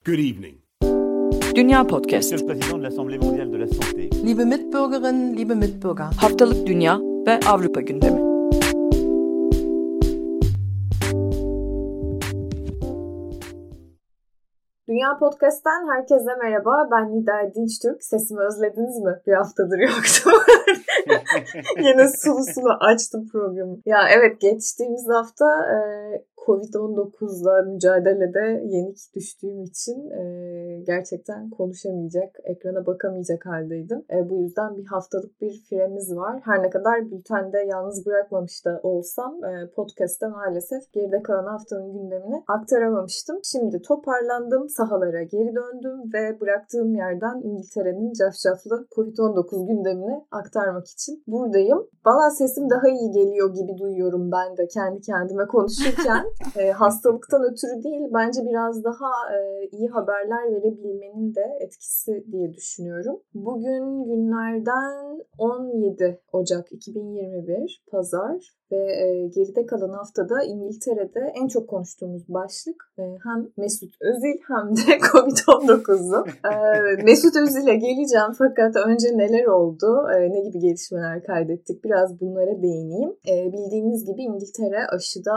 Good evening. Dünya Podcast. Monsieur le Président de l'Assemblée mondiale de la santé. Liebe Mitbürgerinnen, liebe Mitbürger. Haftalık Dünya ve Avrupa gündemi. Dünya Podcast'ten herkese merhaba. Ben Nida Dinçtürk. Sesimi özlediniz mi? Bir haftadır yoktum. Yine sulu sulu açtım programı. Ya evet, geçtiğimiz hafta Covid-19'la mücadelede yenik düştüğüm için gerçekten konuşamayacak, ekrana bakamayacak haldeydim. Bu yüzden bir haftalık bir firemiz var. Her ne kadar bültende yalnız bırakmamış da olsam podcast'te maalesef geride kalan haftanın gündemini aktaramamıştım. Şimdi toparlandım, sahalara geri döndüm ve bıraktığım yerden İngiltere'nin cafcaflı Covid-19 gündemini aktarmak için buradayım. Valla sesim daha iyi geliyor gibi duyuyorum ben de kendi kendime konuşurken. Hastalıktan ötürü değil, bence biraz daha iyi haberler verebilmenin de etkisi diye düşünüyorum. Bugün günlerden 17 Ocak 2021 Pazar ve geride kalan haftada İngiltere'de en çok konuştuğumuz başlık hem Mesut Özil hem de Covid-19'u. Mesut Özil'e geleceğim fakat önce neler oldu, ne gibi gelişmeler kaydettik, biraz bunlara değineyim. Bildiğiniz gibi İngiltere aşıda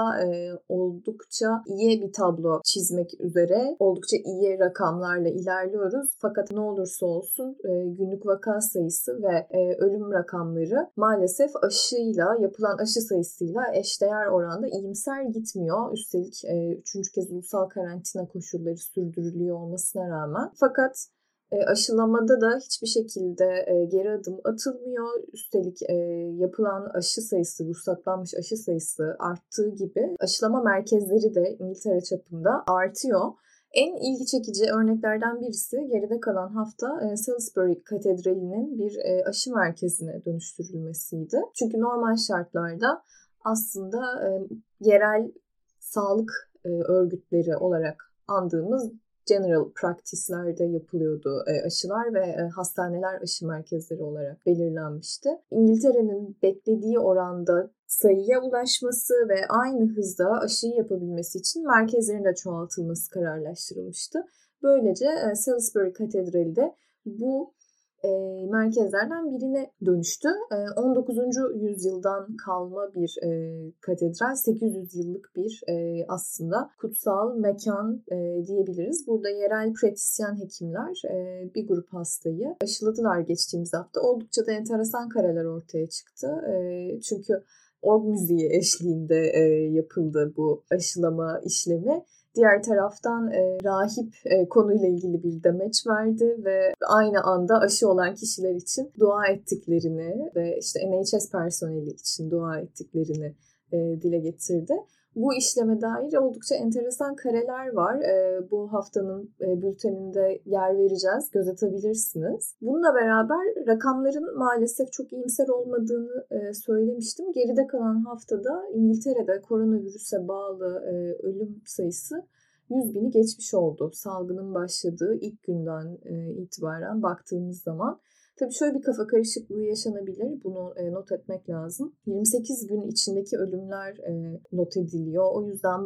oldukça iyi bir tablo çizmek üzere, oldukça iyi rakamlarla ilerliyoruz. Fakat ne olursa olsun günlük vaka sayısı ve ölüm rakamları maalesef aşıyla, yapılan aşı sayısıyla eşdeğer oranda iyimser gitmiyor. Üstelik 3. kez ulusal karantina koşulları sürdürülüyor olmasına rağmen. Fakat aşılamada da hiçbir şekilde geri adım atılmıyor. Üstelik yapılan aşı sayısı, ruhsatlanmış aşı sayısı arttığı gibi aşılama merkezleri de İngiltere çapında artıyor. En ilgi çekici örneklerden birisi geride kalan hafta Salisbury Katedrali'nin bir aşı merkezine dönüştürülmesiydi. Çünkü normal şartlarda aslında yerel sağlık örgütleri olarak andığımız general practice'lerde yapılıyordu aşılar ve hastaneler aşı merkezleri olarak belirlenmişti. İngiltere'nin beklediği oranda sayıya ulaşması ve aynı hızda aşıyı yapabilmesi için merkezlerin de çoğaltılması kararlaştırılmıştı. Böylece Salisbury Katedrali de bu merkezlerden birine dönüştü. 19. yüzyıldan kalma bir katedral, 800 yıllık bir aslında kutsal mekan diyebiliriz. Burada yerel pratisyen hekimler bir grup hastayı aşıladılar geçtiğimiz hafta. Oldukça da enteresan kareler ortaya çıktı. Çünkü org müziği eşliğinde yapıldı bu aşılama işlemi. Diğer taraftan rahip konuyla ilgili bir demeç verdi ve aynı anda aşı olan kişiler için dua ettiklerini ve işte NHS personeli için dua ettiklerini dile getirdi. Bu işleme dair oldukça enteresan kareler var. Bu haftanın bülteninde yer vereceğiz. Göz atabilirsiniz. Bununla beraber rakamların maalesef çok iyimser olmadığını söylemiştim. Geride kalan haftada İngiltere'de koronavirüse bağlı ölüm sayısı 100.000'i geçmiş oldu. Salgının başladığı ilk günden itibaren baktığımız zaman. Tabii şöyle bir kafa karışıklığı yaşanabilir. Bunu not etmek lazım. 28 gün içindeki ölümler not ediliyor. O yüzden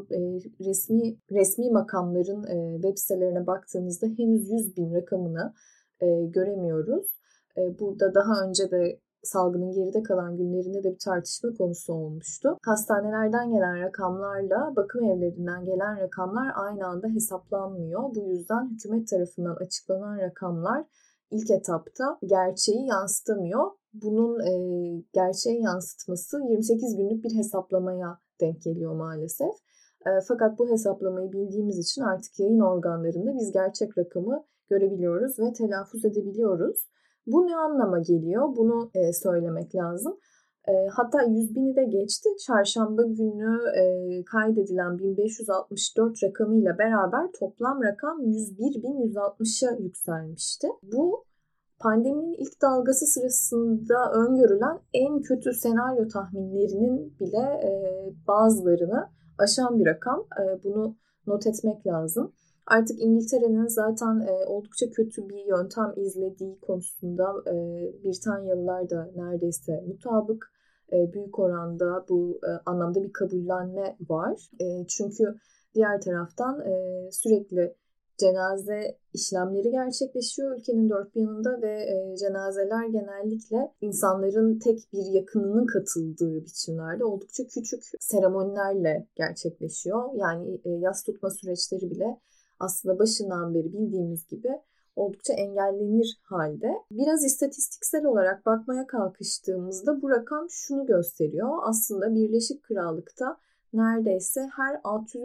resmi makamların web sitelerine baktığımızda henüz 100.000 rakamını göremiyoruz. Burada daha önce de salgının geride kalan günlerinde de bir tartışma konusu olmuştu. Hastanelerden gelen rakamlarla bakım evlerinden gelen rakamlar aynı anda hesaplanmıyor. Bu yüzden hükümet tarafından açıklanan rakamlar İlk etapta gerçeği yansıtamıyor. Bunun gerçeği yansıtması 28 günlük bir hesaplamaya denk geliyor maalesef. Fakat bu hesaplamayı bildiğimiz için artık yayın organlarında biz gerçek rakamı görebiliyoruz ve telaffuz edebiliyoruz. Bu ne anlama geliyor? Bunu söylemek lazım. Hatta 100.000'i de geçti. Çarşamba günü kaydedilen 1564 rakamıyla beraber toplam rakam 101.160'a yükselmişti. Bu pandeminin ilk dalgası sırasında öngörülen en kötü senaryo tahminlerinin bile bazılarını aşan bir rakam. Bunu not etmek lazım. Artık İngiltere'nin zaten oldukça kötü bir yöntem izlediği konusunda Britanyalılar da neredeyse mutabık. Büyük oranda bu anlamda bir kabullenme var. Çünkü diğer taraftan sürekli cenaze işlemleri gerçekleşiyor ülkenin dört bir yanında ve cenazeler genellikle insanların tek bir yakınının katıldığı biçimlerde oldukça küçük seremonilerle gerçekleşiyor. Yani yas tutma süreçleri bile aslında başından beri bildiğimiz gibi oldukça engellenir halde. Biraz istatistiksel olarak bakmaya kalkıştığımızda bu rakam şunu gösteriyor. Aslında Birleşik Krallık'ta neredeyse her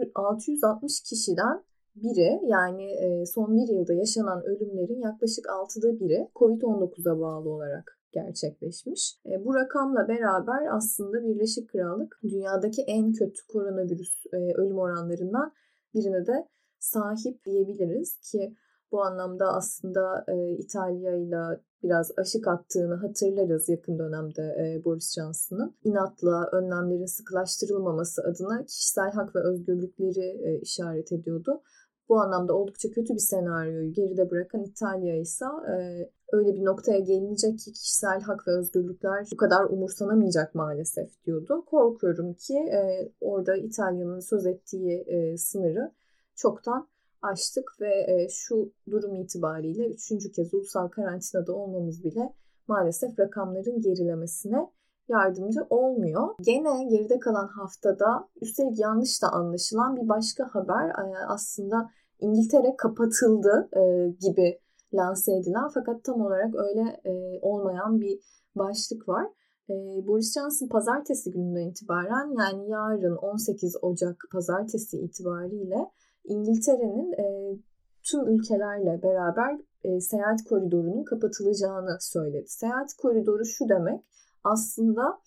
660 kişiden biri, yani son bir yılda yaşanan ölümlerin yaklaşık 6'da biri COVID-19'a bağlı olarak gerçekleşmiş. Bu rakamla beraber aslında Birleşik Krallık dünyadaki en kötü koronavirüs ölüm oranlarından birine de sahip diyebiliriz ki bu anlamda aslında İtalya ile biraz aşık attığını hatırlarız yakın dönemde Boris Johnson'ın. İnatla önlemlerin sıkılaştırılmaması adına kişisel hak ve özgürlükleri işaret ediyordu. Bu anlamda oldukça kötü bir senaryoyu geride bırakan İtalya ise öyle bir noktaya gelinecek ki kişisel hak ve özgürlükler bu kadar umursanamayacak maalesef diyordu. Korkuyorum ki orada İtalya'nın söz ettiği sınırı çoktan aştık ve şu durum itibariyle 3. kez ulusal karantinada olmamız bile maalesef rakamların gerilemesine yardımcı olmuyor. Gene geride kalan haftada üstelik yanlış da anlaşılan bir başka haber aslında İngiltere kapatıldı gibi lanse edilen fakat tam olarak öyle olmayan bir başlık var. Boris Johnson pazartesi gününden itibaren, yani yarın 18 Ocak pazartesi itibariyle İngiltere'nin tüm ülkelerle beraber seyahat koridorunun kapatılacağını söyledi. Seyahat koridoru şu demek, aslında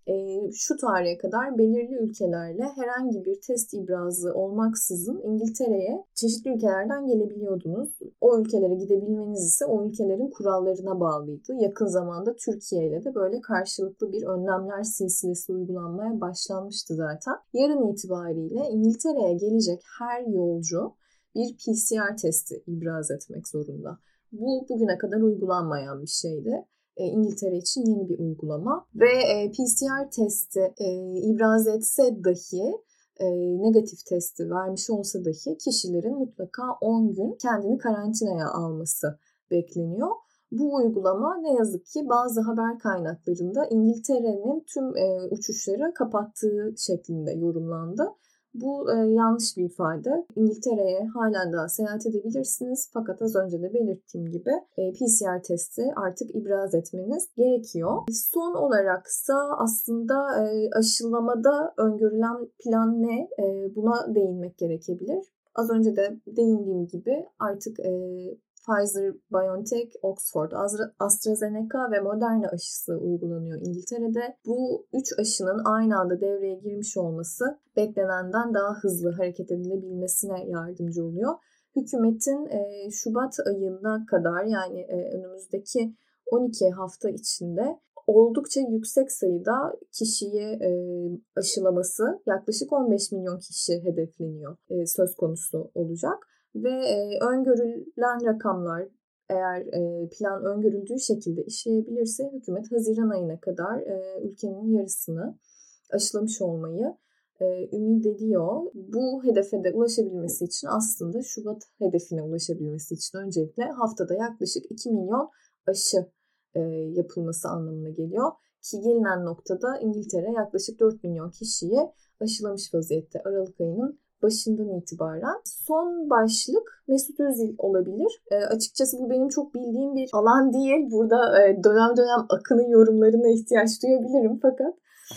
şu tarihe kadar belirli ülkelerle herhangi bir test ibrazı olmaksızın İngiltere'ye çeşitli ülkelerden gelebiliyordunuz. O ülkelere gidebilmeniz ise o ülkelerin kurallarına bağlıydı. Yakın zamanda Türkiye ile de böyle karşılıklı bir önlemler silsilesi uygulanmaya başlanmıştı zaten. Yarın itibariyle İngiltere'ye gelecek her yolcu bir PCR testi ibraz etmek zorunda. Bu bugüne kadar uygulanmayan bir şeydi. İngiltere için yeni bir uygulama ve PCR testi ibraz etse dahi, negatif testi vermiş olsa dahi kişilerin mutlaka 10 gün kendini karantinaya alması bekleniyor. Bu uygulama ne yazık ki bazı haber kaynaklarında İngiltere'nin tüm uçuşları kapattığı şeklinde yorumlandı. Bu yanlış bir ifade. İngiltere'ye halen daha seyahat edebilirsiniz. Fakat az önce de belirttiğim gibi PCR testi artık ibraz etmeniz gerekiyor. Son olaraksa aslında aşılamada öngörülen plan ne? Buna değinmek gerekebilir. Az önce de değindiğim gibi artık Pfizer, BioNTech, Oxford, AstraZeneca ve Moderna aşısı uygulanıyor İngiltere'de. Bu 3 aşının aynı anda devreye girmiş olması beklenenden daha hızlı hareket edilebilmesine yardımcı oluyor. Hükümetin Şubat ayına kadar, yani önümüzdeki 12 hafta içinde oldukça yüksek sayıda kişiyi aşılaması, yaklaşık 15 milyon kişi hedefleniyor, söz konusu olacak. Ve öngörülen rakamlar, eğer plan öngörüldüğü şekilde işleyebilirse hükümet Haziran ayına kadar ülkenin yarısını aşılamış olmayı ümit ediyor. Bu hedefe de ulaşabilmesi için, aslında Şubat hedefine ulaşabilmesi için öncelikle haftada yaklaşık 2 milyon aşı yapılması anlamına geliyor. Ki gelinen noktada İngiltere yaklaşık 4 milyon kişiyi aşılamış vaziyette Aralık ayının başından itibaren. Son başlık Mesut Özil olabilir. Açıkçası bu benim çok bildiğim bir alan değil. Burada dönem dönem Akın'ın yorumlarına ihtiyaç duyabilirim fakat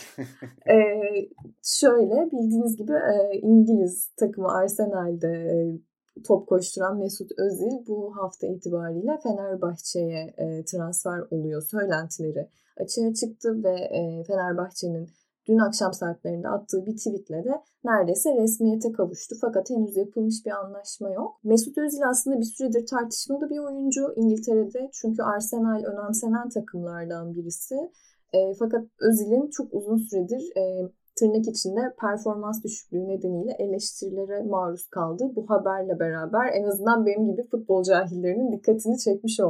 şöyle, bildiğiniz gibi İngiliz takımı Arsenal'de top koşturan Mesut Özil bu hafta itibariyle Fenerbahçe'ye transfer oluyor söylentileri açığa çıktı ve Fenerbahçe'nin dün akşam saatlerinde attığı bir tweetle de neredeyse resmiyete kavuştu. Fakat henüz yapılmış bir anlaşma yok. Mesut Özil aslında bir süredir tartışmalı bir oyuncu İngiltere'de. Çünkü Arsenal önemsenen takımlardan birisi. Fakat Özil'in çok uzun süredir tırnak içinde performans düşüklüğü nedeniyle eleştirilere maruz kaldı. Bu haberle beraber en azından benim gibi futbol cahillerinin dikkatini çekmiş oldu.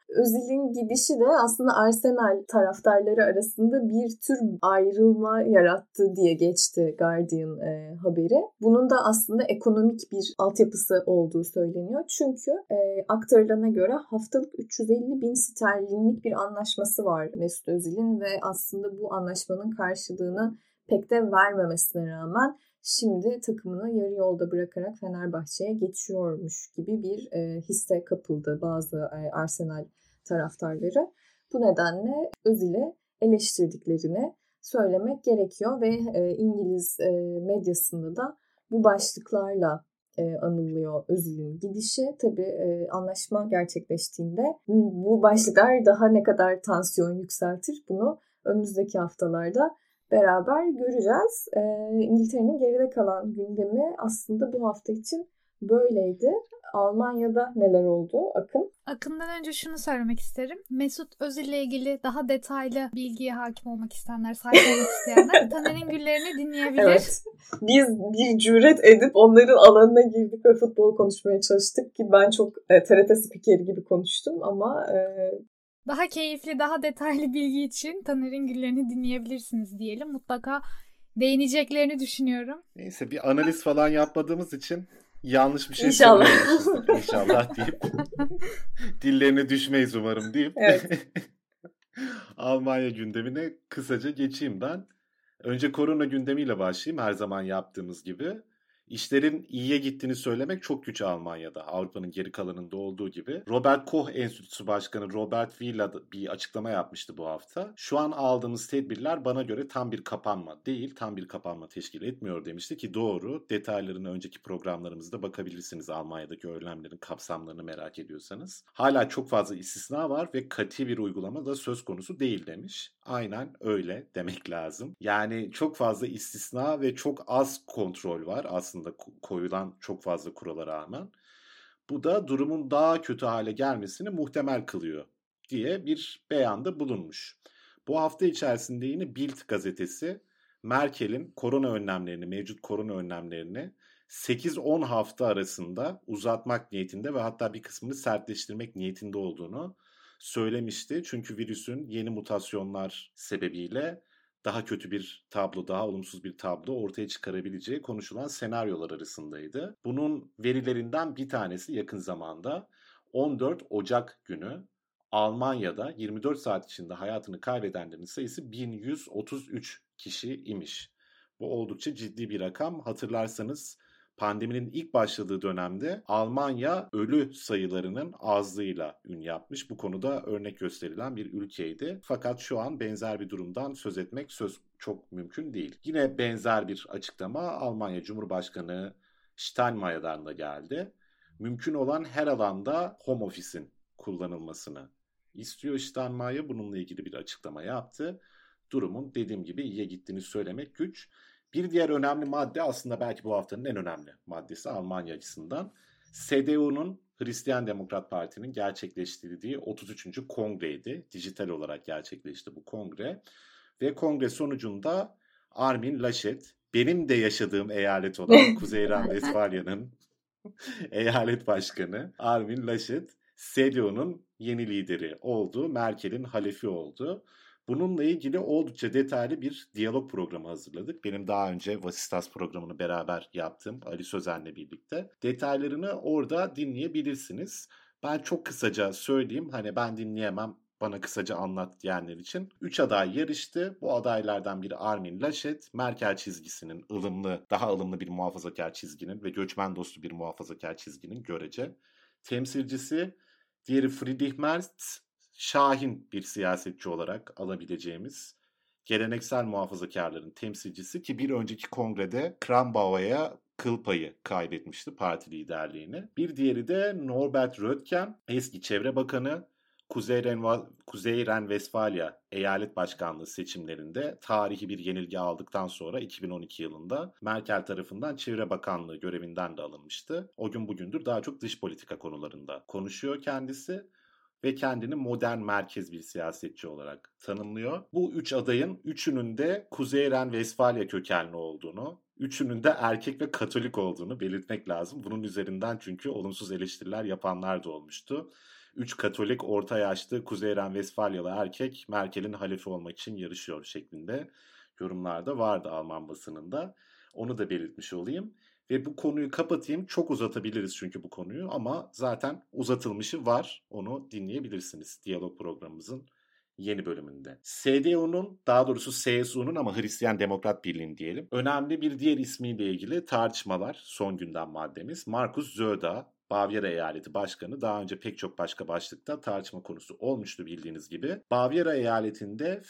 Özil'in gidişi de aslında Arsenal taraftarları arasında bir tür ayrılma yarattı diye geçti Guardian haberi. Bunun da aslında ekonomik bir altyapısı olduğu söyleniyor. Çünkü aktarılana göre haftalık 350 bin sterlinlik bir anlaşması var Mesut Özil'in ve aslında bu anlaşmanın karşılığını pek de vermemesine rağmen şimdi takımını yarı yolda bırakarak Fenerbahçe'ye geçiyormuş gibi bir hisse kapıldı bazı Arsenal taraftarları. Bu nedenle Özil'i eleştirdiklerini söylemek gerekiyor ve İngiliz medyasında da bu başlıklarla anılıyor Özil'in gidişi. Tabii anlaşma gerçekleştiğinde bu başlıklar daha ne kadar tansiyon yükseltir bunu önümüzdeki haftalarda beraber göreceğiz. İngiltere'nin geride kalan gündemi aslında bu hafta için böyleydi. Almanya'da neler oldu Akın? Akın'dan önce şunu söylemek isterim. Mesut Özil'le ilgili daha detaylı bilgiye hakim olmak isteyenler, sahip olmak isteyenler Taner'in Güllerini dinleyebilir. Evet. Biz bir cüret edip onların alanına girdik ve futbol konuşmaya çalıştık ki ben çok TRT spikeri gibi konuştum ama... Daha keyifli, daha detaylı bilgi için Taner'in Güllerini dinleyebilirsiniz diyelim. Mutlaka değineceklerini düşünüyorum. Neyse bir analiz falan yapmadığımız için yanlış bir şey İnşallah. söylememişizdir. İnşallah deyip dillerine düşmeyiz umarım deyip Evet. Almanya gündemine kısaca geçeyim ben. Önce korona gündemiyle başlayayım her zaman yaptığımız gibi. İşlerin iyiye gittiğini söylemek çok güç Almanya'da. Avrupa'nın geri kalanında olduğu gibi. Robert Koch Enstitüsü Başkanı Robert Wieler bir açıklama yapmıştı bu hafta. Şu an aldığımız tedbirler bana göre tam bir kapanma değil, tam bir kapanma teşkil etmiyor demişti ki doğru. Detaylarına önceki programlarımızda bakabilirsiniz Almanya'daki önlemlerin kapsamlarını merak ediyorsanız. Hala çok fazla istisna var ve katı bir uygulama da söz konusu değil demiş. Aynen öyle demek lazım. Yani çok fazla istisna ve çok az kontrol var aslında koyulan çok fazla kurala rağmen. Bu da durumun daha kötü hale gelmesini muhtemel kılıyor diye bir beyanda bulunmuş. Bu hafta içerisinde yine Bild gazetesi Merkel'in mevcut korona önlemlerini 8-10 hafta arasında uzatmak niyetinde ve hatta bir kısmını sertleştirmek niyetinde olduğunu söylemişti. Çünkü virüsün yeni mutasyonlar sebebiyle daha kötü bir tablo, daha olumsuz bir tablo ortaya çıkarabileceği konuşulan senaryolar arasındaydı. Bunun verilerinden bir tanesi yakın zamanda 14 Ocak günü Almanya'da 24 saat içinde hayatını kaybedenlerin sayısı 1133 kişi imiş. Bu oldukça ciddi bir rakam. Hatırlarsanız pandeminin ilk başladığı dönemde Almanya ölü sayılarının azlığıyla ün yapmış. Bu konuda örnek gösterilen bir ülkeydi. Fakat şu an benzer bir durumdan söz etmek çok mümkün değil. Yine benzer bir açıklama Almanya Cumhurbaşkanı Steinmeier'dan da geldi. Mümkün olan her alanda home office'in kullanılmasını istiyor Steinmeier. Bununla ilgili bir açıklama yaptı. Durumun dediğim gibi iyiye gittiğini söylemek güç. Bir diğer önemli madde aslında belki bu haftanın en önemli maddesi Almanya açısından. CDU'nun Hristiyan Demokrat Parti'nin gerçekleştirdiği 33. kongreydi. Dijital olarak gerçekleşti bu kongre. Ve kongre sonucunda Armin Laschet, benim de yaşadığım eyalet olan Kuzey Ren-Vesfalya'nın eyalet başkanı Armin Laschet, CDU'nun yeni lideri oldu. Merkel'in halefi oldu. Bununla ilgili oldukça detaylı bir diyalog programı hazırladık. Benim daha önce Vasistas programını beraber yaptığım Ali Sözen'le birlikte. Detaylarını orada dinleyebilirsiniz. Ben çok kısaca söyleyeyim. Hani ben dinleyemem, bana kısaca anlat diyenler için. 3 aday yarıştı. Bu adaylardan biri Armin Laschet. Merkel çizgisinin daha ılımlı bir muhafazakar çizginin ve göçmen dostu bir muhafazakar çizginin görece temsilcisi. Diğeri Friedrich Merz, şahin bir siyasetçi olarak alabileceğimiz geleneksel muhafazakarların temsilcisi ki bir önceki kongrede Kramp-Bauer'e kıl payı kaybetmişti parti liderliğini. Bir diğeri de Norbert Röttgen, eski çevre bakanı, Kuzey Ren-Vesfalya eyalet başkanlığı seçimlerinde tarihi bir yenilgi aldıktan sonra 2012 yılında Merkel tarafından çevre bakanlığı görevinden de alınmıştı. O gün bugündür daha çok dış politika konularında konuşuyor kendisi ve kendini modern merkez bir siyasetçi olarak tanımlıyor. Bu 3 adayın 3'ünün de Kuzey Ren-Vesfalya kökenli olduğunu, 3'ünün de erkek ve Katolik olduğunu belirtmek lazım. Bunun üzerinden çünkü olumsuz eleştiriler yapanlar da olmuştu. 3 Katolik orta yaşlı Kuzey Ren-Vesfalyalı erkek Merkel'in halife olmak için yarışıyor şeklinde yorumlarda vardı Alman basınında. Onu da belirtmiş olayım. Ve bu konuyu kapatayım. Çok uzatabiliriz çünkü bu konuyu ama zaten uzatılmışı var. Onu dinleyebilirsiniz diyalog programımızın yeni bölümünde. CDU'nun, daha doğrusu CSU'nun ama Hristiyan Demokrat Birliği'nin diyelim, önemli bir diğer ismiyle ilgili tartışmalar son gündem maddemiz. Markus Söder, Bavyera Eyaleti Başkanı, daha önce pek çok başka başlıkta tartışma konusu olmuştu bildiğiniz gibi. Bavyera Eyaleti'nde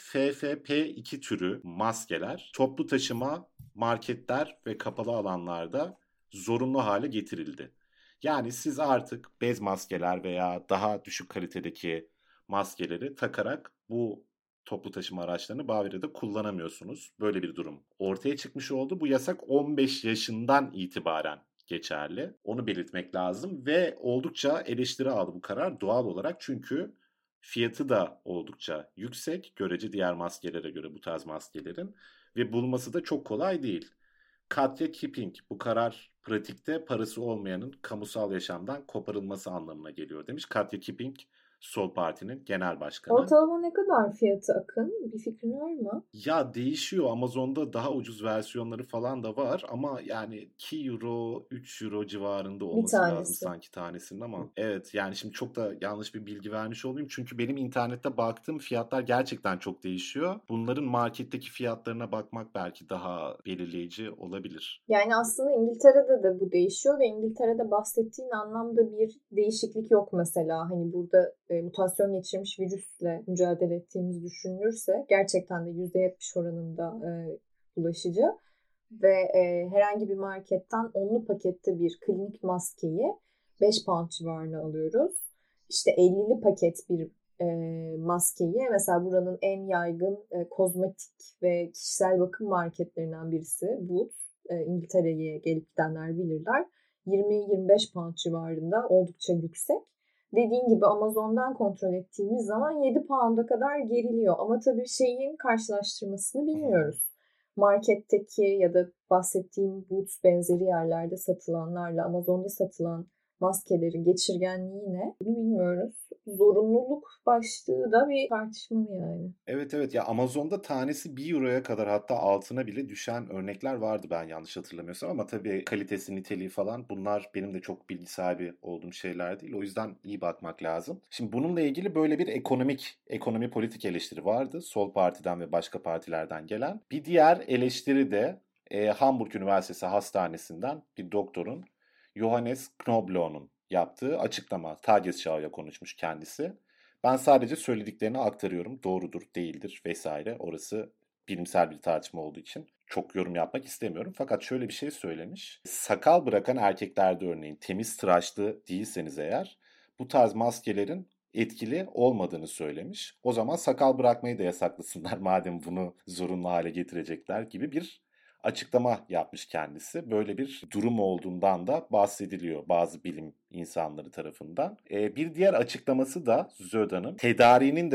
FFP2 türü maskeler, toplu taşıma, marketler ve kapalı alanlarda zorunlu hale getirildi. Yani siz artık bez maskeler veya daha düşük kalitedeki maskeleri takarak bu toplu taşıma araçlarını Bavyera'da kullanamıyorsunuz. Böyle bir durum ortaya çıkmış oldu. Bu yasak 15 yaşından itibaren geçerli. Onu belirtmek lazım ve oldukça eleştiri aldı bu karar doğal olarak çünkü fiyatı da oldukça yüksek görece diğer maskelere göre bu tarz maskelerin ve bulması da çok kolay değil. Katya Kipping bu karar pratikte parası olmayanın kamusal yaşamdan koparılması anlamına geliyor demiş. Katya Kipping Sol Parti'nin genel başkanı. Ortalama ne kadar fiyatı Akın? Bir fikrin var mı? Ya değişiyor. Amazon'da daha ucuz versiyonları falan da var ama yani 2 euro, 3 euro civarında olması lazım sanki tanesinin ama evet yani şimdi çok da yanlış bir bilgi vermiş olayım çünkü benim internette baktığım fiyatlar gerçekten çok değişiyor. Bunların marketteki fiyatlarına bakmak belki daha belirleyici olabilir. Yani aslında İngiltere'de de bu değişiyor ve İngiltere'de bahsettiğin anlamda bir değişiklik yok mesela. Hani burada mutasyon geçirmiş virüsle mücadele ettiğimiz düşünülürse gerçekten de %70 oranında bulaşıcı ve herhangi bir marketten 10'lu pakette bir klinik maskeyi 5 pound civarına alıyoruz. İşte 50'li paket bir maskeyi mesela buranın en yaygın kozmetik ve kişisel bakım marketlerinden birisi Boots. İngiltere'ye gelip gidenler bilirler. 20-25 pound civarında oldukça yüksek. Dediğin gibi Amazon'dan kontrol ettiğimiz zaman 7 pound'a kadar geriliyor. Ama tabii şeyin karşılaştırmasını bilmiyoruz. Marketteki ya da bahsettiğim Boots benzeri yerlerde satılanlarla Amazon'da satılan maskelerin geçirgenliği ne? Bunu bilmiyoruz. Zorunluluk başlığı da bir tartışmalı yani. Evet ya Amazon'da tanesi 1 euroya kadar hatta altına bile düşen örnekler vardı ben yanlış hatırlamıyorsam ama tabii kalitesi, niteliği falan bunlar benim de çok bilgi sahibi olduğum şeyler değil. O yüzden iyi bakmak lazım. Şimdi bununla ilgili böyle bir ekonomi politik eleştiri vardı. Sol Parti'den ve başka partilerden gelen. Bir diğer eleştiri de Hamburg Üniversitesi Hastanesi'nden bir doktorun Johannes Knobloch'un yaptığı açıklama. Tagesschau'ya konuşmuş kendisi. Ben sadece söylediklerini aktarıyorum. Doğrudur, değildir vesaire. Orası bilimsel bir tartışma olduğu için çok yorum yapmak istemiyorum. Fakat şöyle bir şey söylemiş. Sakal bırakan erkeklerde örneğin temiz tıraşlı değilseniz eğer bu tarz maskelerin etkili olmadığını söylemiş. O zaman sakal bırakmayı da yasaklasınlar madem bunu zorunlu hale getirecekler gibi bir açıklama yapmış kendisi. Böyle bir durum olduğundan da bahsediliyor bazı bilim insanları tarafından. Bir diğer açıklaması da Söder'in tedariğinin de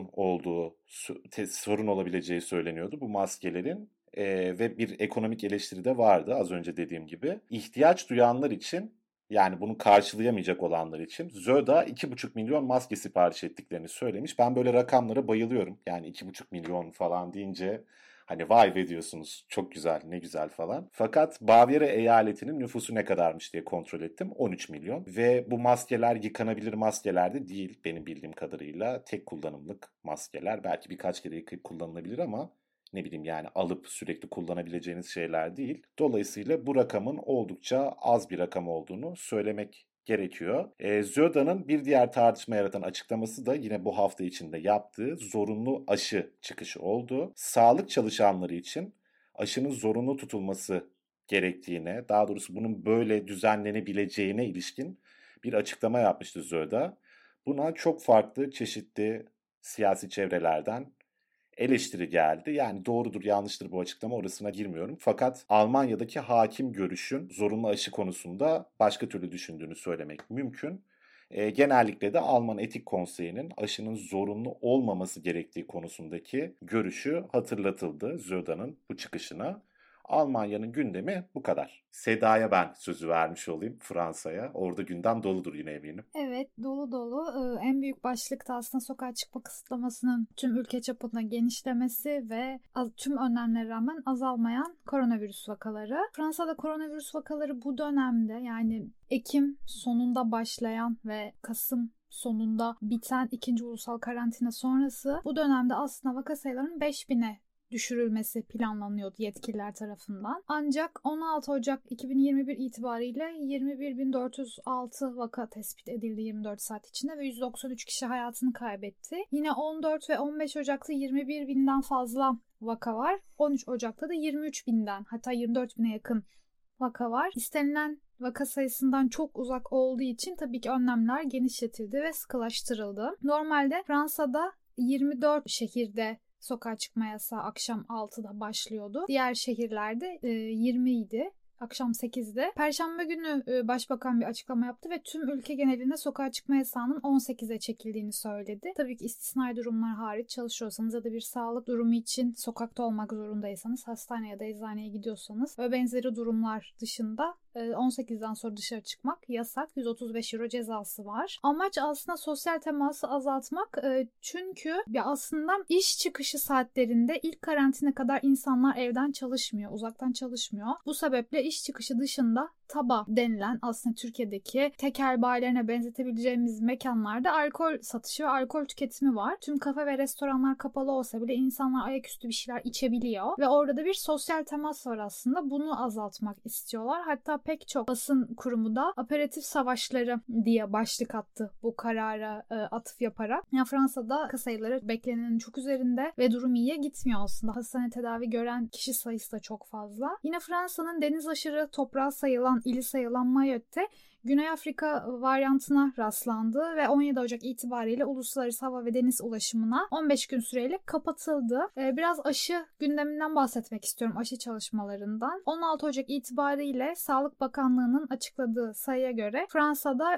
sorun olabileceği söyleniyordu bu maskelerin. Ve bir ekonomik eleştiri de vardı az önce dediğim gibi. İhtiyaç duyanlar için yani bunu karşılayamayacak olanlar için Söder 2,5 milyon maske sipariş ettiklerini söylemiş. Ben böyle rakamlara bayılıyorum. Yani 2,5 milyon falan deyince hani vay be diyorsunuz çok güzel ne güzel falan. Fakat Bavyera eyaletinin nüfusu ne kadarmış diye kontrol ettim. 13 milyon ve bu maskeler yıkanabilir maskeler de değil benim bildiğim kadarıyla. Tek kullanımlık maskeler belki birkaç kere yıkayıp kullanılabilir ama ne bileyim yani alıp sürekli kullanabileceğiniz şeyler değil. Dolayısıyla bu rakamın oldukça az bir rakam olduğunu söylemek gerekiyor. Söder'in bir diğer tartışma yaratan açıklaması da yine bu hafta içinde yaptığı zorunlu aşı çıkışı oldu. Sağlık çalışanları için aşının zorunlu tutulması gerektiğine, daha doğrusu bunun böyle düzenlenebileceğine ilişkin bir açıklama yapmıştı Söder. Buna çok farklı çeşitli siyasi çevrelerden eleştiri geldi. Yani doğrudur yanlıştır bu açıklama orasına girmiyorum. Fakat Almanya'daki hakim görüşün zorunlu aşı konusunda başka türlü düşündüğünü söylemek mümkün. Genellikle de Alman Etik Konseyi'nin aşının zorunlu olmaması gerektiği konusundaki görüşü hatırlatıldı Söder'in bu çıkışına. Almanya'nın gündemi bu kadar. Seda'ya ben sözü vermiş olayım, Fransa'ya. Orada gündem doludur yine eminim. Evet, dolu dolu. En büyük başlık da aslında sokağa çıkma kısıtlamasının tüm ülke çapında genişlemesi ve tüm önlemlere rağmen azalmayan koronavirüs vakaları. Fransa'da koronavirüs vakaları bu dönemde, yani Ekim sonunda başlayan ve Kasım sonunda biten ikinci ulusal karantina sonrası bu dönemde aslında vaka sayılarının 5000'e düşürülmesi planlanıyordu yetkililer tarafından. Ancak 16 Ocak 2021 itibariyle 21.406 vaka tespit edildi 24 saat içinde ve 193 kişi hayatını kaybetti. Yine 14 ve 15 Ocak'ta 21.000'den fazla vaka var. 13 Ocak'ta da 23.000'den, hatta 24.000'e yakın vaka var. İstenilen vaka sayısından çok uzak olduğu için tabii ki önlemler genişletildi ve sıkılaştırıldı. Normalde Fransa'da 24 şehirde sokağa çıkma yasağı akşam 6'da başlıyordu. Diğer şehirlerde 20 idi. Akşam 8'de. Perşembe günü Başbakan bir açıklama yaptı ve tüm ülke genelinde sokağa çıkma yasağının 18'e çekildiğini söyledi. Tabii ki istisnai durumlar hariç, çalışıyorsanız ya da bir sağlık durumu için sokakta olmak zorundaysanız, hastaneye ya da eczaneye gidiyorsanız ve benzeri durumlar dışında 18'den sonra dışarı çıkmak yasak. 135 euro cezası var. Amaç aslında sosyal teması azaltmak. Çünkü ya aslında iş çıkışı saatlerinde ilk karantina kadar insanlar evden çalışmıyor, uzaktan çalışmıyor. Bu sebeple iş çıkışı dışında taba denilen, aslında Türkiye'deki tekel bayilerine benzetebileceğimiz mekanlarda alkol satışı ve alkol tüketimi var. Tüm kafe ve restoranlar kapalı olsa bile insanlar ayaküstü bir şeyler içebiliyor ve orada da bir sosyal temas var aslında. Bunu azaltmak istiyorlar. Hatta pek çok basın kurumu da aperatif savaşları diye başlık attı bu karara atıf yaparak. Yani Fransa'da vaka sayıları beklenenin çok üzerinde ve durum iyiye gitmiyor aslında. Hastane tedavi gören kişi sayısı da çok fazla. Yine Fransa'nın deniz aşırı toprağı sayılan, ili sayılan Mayotte Güney Afrika varyantına rastlandı ve 17 Ocak itibariyle uluslararası hava ve deniz ulaşımına 15 gün süreyle kapatıldı. Biraz aşı gündeminden bahsetmek istiyorum, aşı çalışmalarından. 16 Ocak itibariyle Sağlık Bakanlığı'nın açıkladığı sayıya göre Fransa'da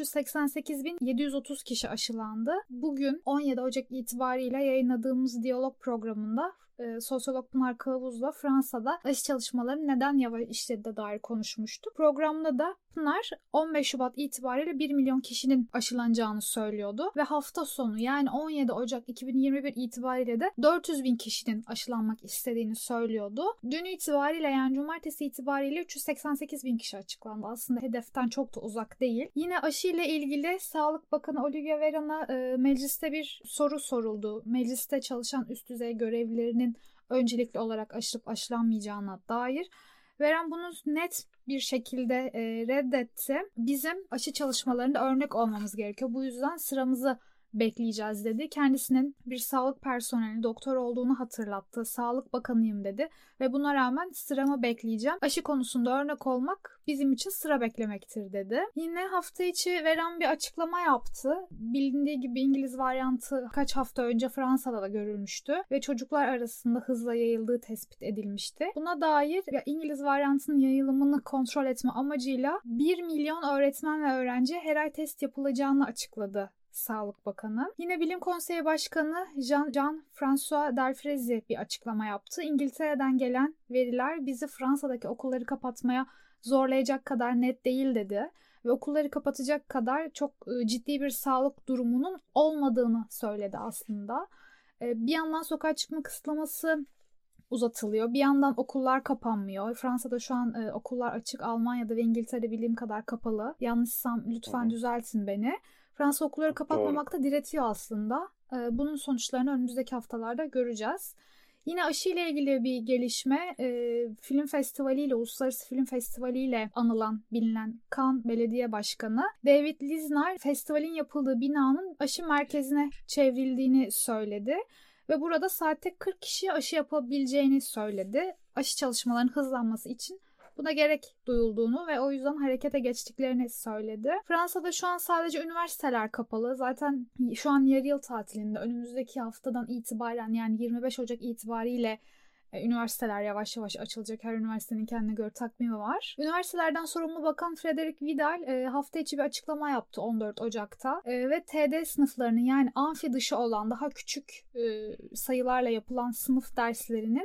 388.730 kişi aşılandı. Bugün 17 Ocak itibariyle yayınladığımız diyalog programında sosyolog Pınar Kılavuz'la Fransa'da aşı çalışmaları neden yavaş işlediğine dair konuşmuştuk. Programda da Pınar 15 Şubat itibariyle 1 milyon kişinin aşılanacağını söylüyordu ve hafta sonu, yani 17 Ocak 2021 itibariyle de 400 bin kişinin aşılanmak istediğini söylüyordu. Dün itibariyle, yani cumartesi itibariyle 388 bin kişi açıklandı. Aslında hedeften çok da uzak değil. Yine aşı ile ilgili Sağlık Bakanı Olivier Véran'a mecliste bir soru soruldu. Mecliste çalışan üst düzey görevlilerinin öncelikli olarak aşılıp aşılanmayacağına dair. Véran bunu net bir şekilde reddetti. Bizim aşı çalışmalarında örnek olmamız gerekiyor. Bu yüzden sıramızı bekleyeceğiz dedi. Kendisinin bir sağlık personeli, doktor olduğunu hatırlattı. Sağlık Bakanıyım dedi ve buna rağmen sıramı bekleyeceğim. Aşı konusunda örnek olmak bizim için sıra beklemektir dedi. Yine hafta içi Véran bir açıklama yaptı. Bilindiği gibi İngiliz varyantı kaç hafta önce Fransa'da da görülmüştü ve çocuklar arasında hızla yayıldığı tespit edilmişti. Buna dair İngiliz varyantının yayılımını kontrol etme amacıyla 1 milyon öğretmen ve öğrenci her ay test yapılacağını açıkladı Sağlık Bakanı. Yine Bilim Konseyi Başkanı Jean-François Delfrézy bir açıklama yaptı. İngiltere'den gelen veriler bizi Fransa'daki okulları kapatmaya zorlayacak kadar net değil dedi. Ve okulları kapatacak kadar çok ciddi bir sağlık durumunun olmadığını söyledi aslında. Bir yandan sokağa çıkma kısıtlaması uzatılıyor. Bir yandan okullar kapanmıyor. Fransa'da şu an okullar açık. Almanya'da ve İngiltere'de bildiğim kadar kapalı. Yanlışsam lütfen düzeltin beni. Fransa okulları kapatmamakta diretiyor aslında. Bunun sonuçlarını önümüzdeki haftalarda göreceğiz. Yine aşı ile ilgili bir gelişme, film festivaliyle, Uluslararası Film Festivali ile anılan, bilinen Cannes Belediye Başkanı David Lisnard, festivalin yapıldığı binanın aşı merkezine çevrildiğini söyledi. Ve burada saatte 40 kişiye aşı yapabileceğini söyledi. Aşı çalışmalarının hızlanması için buna gerek duyulduğunu ve o yüzden harekete geçtiklerini söyledi. Fransa'da şu an sadece üniversiteler kapalı. Zaten şu an yarı yıl tatilinde. Önümüzdeki haftadan itibaren, yani 25 Ocak itibariyle üniversiteler yavaş yavaş açılacak. Her üniversitenin kendine göre takvimi var. Üniversitelerden sorumlu bakan Frédéric Vidal hafta içi bir açıklama yaptı 14 Ocak'ta. Ve TD sınıflarının, yani amfi dışı olan daha küçük sayılarla yapılan sınıf derslerinin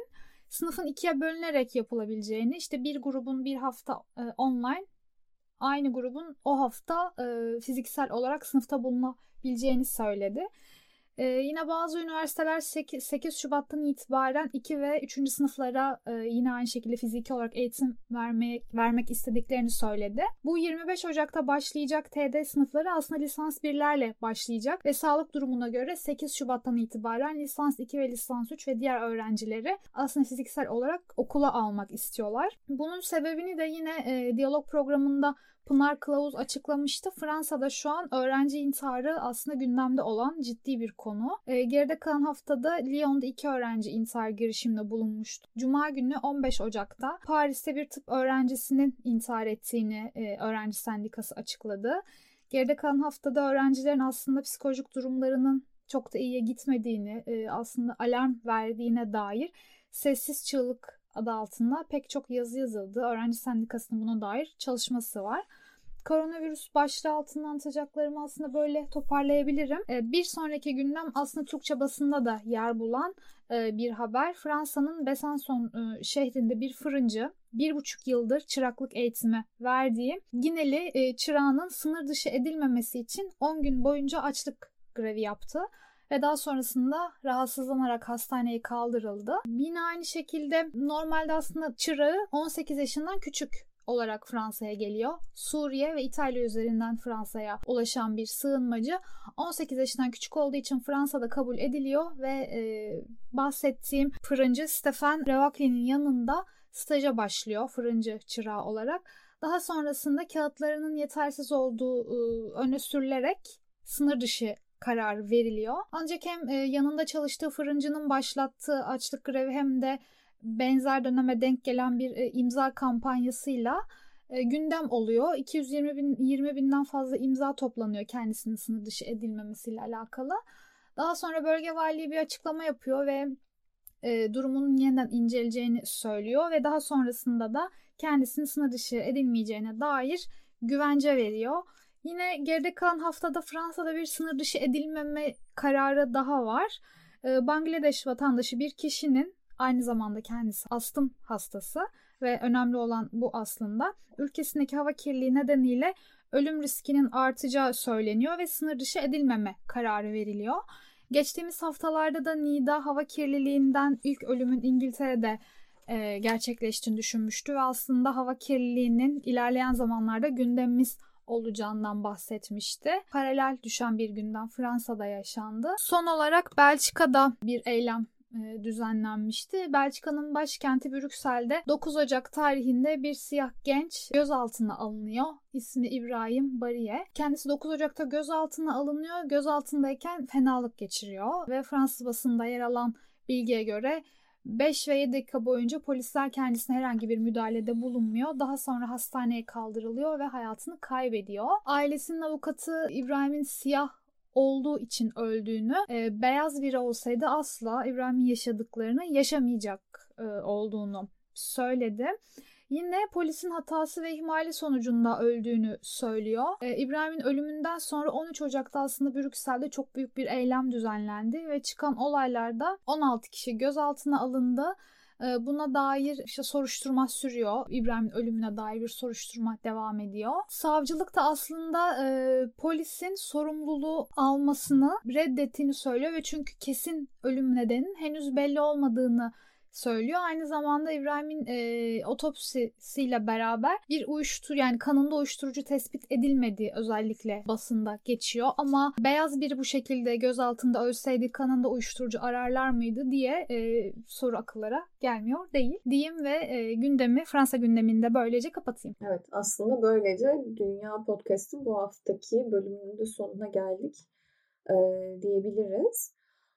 sınıfın ikiye bölünerek yapılabileceğini, işte bir grubun bir hafta online, aynı grubun o hafta fiziksel olarak sınıfta bulunabileceğini söyledi. Yine bazı üniversiteler 8 Şubat'tan itibaren 2 ve 3. sınıflara yine aynı şekilde fiziki olarak eğitim vermek istediklerini söyledi. Bu 25 Ocak'ta başlayacak TD sınıfları aslında lisans 1'lerle başlayacak ve sağlık durumuna göre 8 Şubat'tan itibaren lisans 2 ve lisans 3 ve diğer öğrencileri aslında fiziksel olarak okula almak istiyorlar. Bunun sebebini de yine diyalog programında Pınar Kılavuz açıklamıştı. Fransa'da şu an öğrenci intiharı aslında gündemde olan ciddi bir konu. Geride kalan haftada Lyon'da 2 öğrenci intihar girişiminde bulunmuştu. Cuma günü 15 Ocak'ta Paris'te bir tıp öğrencisinin intihar ettiğini öğrenci sendikası açıkladı. Geride kalan haftada öğrencilerin aslında psikolojik durumlarının çok da iyiye gitmediğini, aslında alarm verdiğine dair Sessiz Çığlık adı altında pek çok yazı yazıldı. Öğrenci Sendikası'nın buna dair çalışması var. Koronavirüs başlığı altında anlatacaklarımı aslında böyle toparlayabilirim. Bir sonraki gündem aslında Türkçe basında da yer bulan bir haber. Fransa'nın Besançon şehrinde bir fırıncı 1,5 yıldır çıraklık eğitimi verdiği Gineli çırağının sınır dışı edilmemesi için 10 gün boyunca açlık grevi yaptı. Ve daha sonrasında rahatsızlanarak hastaneye kaldırıldı. Yine aynı şekilde normalde aslında çırağı 18 yaşından küçük olarak Fransa'ya geliyor. Suriye ve İtalya üzerinden Fransa'ya ulaşan bir sığınmacı 18 yaşından küçük olduğu için Fransa'da kabul ediliyor ve bahsettiğim fırıncı Stéphane Revacli'nin yanında staja başlıyor fırıncı çırağı olarak. Daha sonrasında kağıtlarının yetersiz olduğu öne sürülerek sınır dışı karar veriliyor. Ancak hem yanında çalıştığı fırıncının başlattığı açlık grevi hem de benzer döneme denk gelen bir imza kampanyasıyla gündem oluyor. 220 binden fazla imza toplanıyor kendisinin sınır dışı edilmemesiyle alakalı. Daha sonra bölge valiliği bir açıklama yapıyor ve durumunun yeniden inceleyeceğini söylüyor ve daha sonrasında da kendisinin sınır dışı edilmeyeceğine dair güvence veriyor. Yine geride kalan haftada Fransa'da bir sınır dışı edilmeme kararı daha var. Bangladeş vatandaşı bir kişinin aynı zamanda kendisi astım hastası ve önemli olan bu aslında ülkesindeki hava kirliliği nedeniyle ölüm riskinin artacağı söyleniyor ve sınır dışı edilmeme kararı veriliyor. Geçtiğimiz haftalarda da NİDA hava kirliliğinden ilk ölümün İngiltere'de gerçekleştiğini düşünmüştü ve aslında hava kirliliğinin ilerleyen zamanlarda gündemimiz olacağından bahsetmişti. Paralel düşen bir gündem Fransa'da yaşandı. Son olarak Belçika'da bir eylem düzenlenmişti. Belçika'nın başkenti Brüksel'de 9 Ocak tarihinde bir siyah genç gözaltına alınıyor. İsmi İbrahim Bariye. Kendisi 9 Ocak'ta gözaltına alınıyor. Gözaltındayken fenalık geçiriyor ve Fransız basında yer alan bilgiye göre 5 ve 7 dakika boyunca polisler kendisine herhangi bir müdahalede bulunmuyor. Daha sonra hastaneye kaldırılıyor ve hayatını kaybediyor. Ailesinin avukatı İbrahim'in siyah olduğu için öldüğünü, beyaz biri olsaydı asla İbrahim'in yaşadıklarını yaşamayacak olduğunu söyledi. Yine polisin hatası ve ihmali sonucunda öldüğünü söylüyor. İbrahim'in ölümünden sonra 13 Ocak'ta aslında Brüksel'de çok büyük bir eylem düzenlendi ve çıkan olaylarda 16 kişi gözaltına alındı. Buna dair işte soruşturma sürüyor. İbrahim'in ölümüne dair bir soruşturma devam ediyor. Savcılık da aslında polisin sorumluluğu almasını reddettiğini söylüyor ve çünkü kesin ölüm nedeninin henüz belli olmadığını söylüyor. Aynı zamanda İbrahim'in otopsisiyle beraber bir yani kanında uyuşturucu tespit edilmediği özellikle basında geçiyor. Ama beyaz biri bu şekilde gözaltında ölseydi kanında uyuşturucu ararlar mıydı diye soru akıllara gelmiyor değil. Diyeyim ve Fransa gündeminde böylece kapatayım. Evet, aslında böylece Dünya Podcast'ın bu haftaki bölümünün de sonuna geldik diyebiliriz.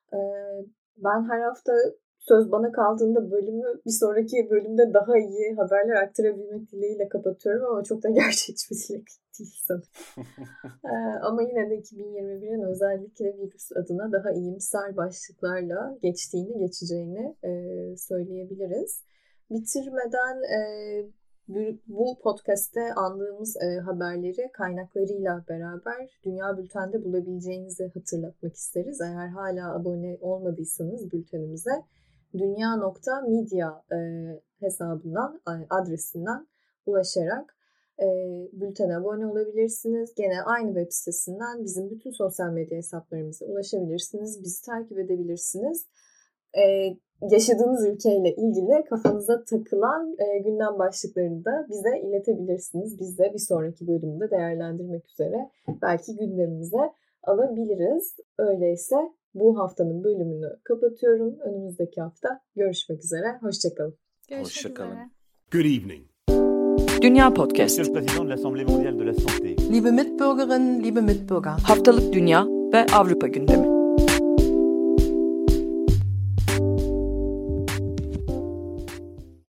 Ben her hafta söz bana kaldığında bölümü bir sonraki bölümde daha iyi haberler aktarabilmek dileğiyle kapatıyorum ama çok da gerçekçi bir dilek değil sanırım. Ama yine de 2021'in özellikle virüs adına daha iyimser başlıklarla geçeceğini söyleyebiliriz. Bitirmeden bu podcast'te andığımız haberleri kaynaklarıyla beraber Dünya Bülten'de bulabileceğinizi hatırlatmak isteriz. Eğer hala abone olmadıysanız bültenimize dünya.media hesabından, adresinden ulaşarak bültene abone olabilirsiniz. Gene aynı web sitesinden bizim bütün sosyal medya hesaplarımıza ulaşabilirsiniz. Bizi takip edebilirsiniz. Yaşadığınız ülkeyle ilgili kafanıza takılan gündem başlıklarını da bize iletebilirsiniz. Biz de bir sonraki bölümde değerlendirmek üzere belki gündemimize alabiliriz. Öyleyse bu haftanın bölümünü kapatıyorum. Önümüzdeki hafta görüşmek üzere. Hoşçakalın. Görüşmek üzere. Good evening. Dünya Podcast. Monsieur le Président de l'Assemblée mondiale de la santé. Liebe Mitbürgerinnen, liebe Mitbürger. Haftalık Dünya ve Avrupa gündemi.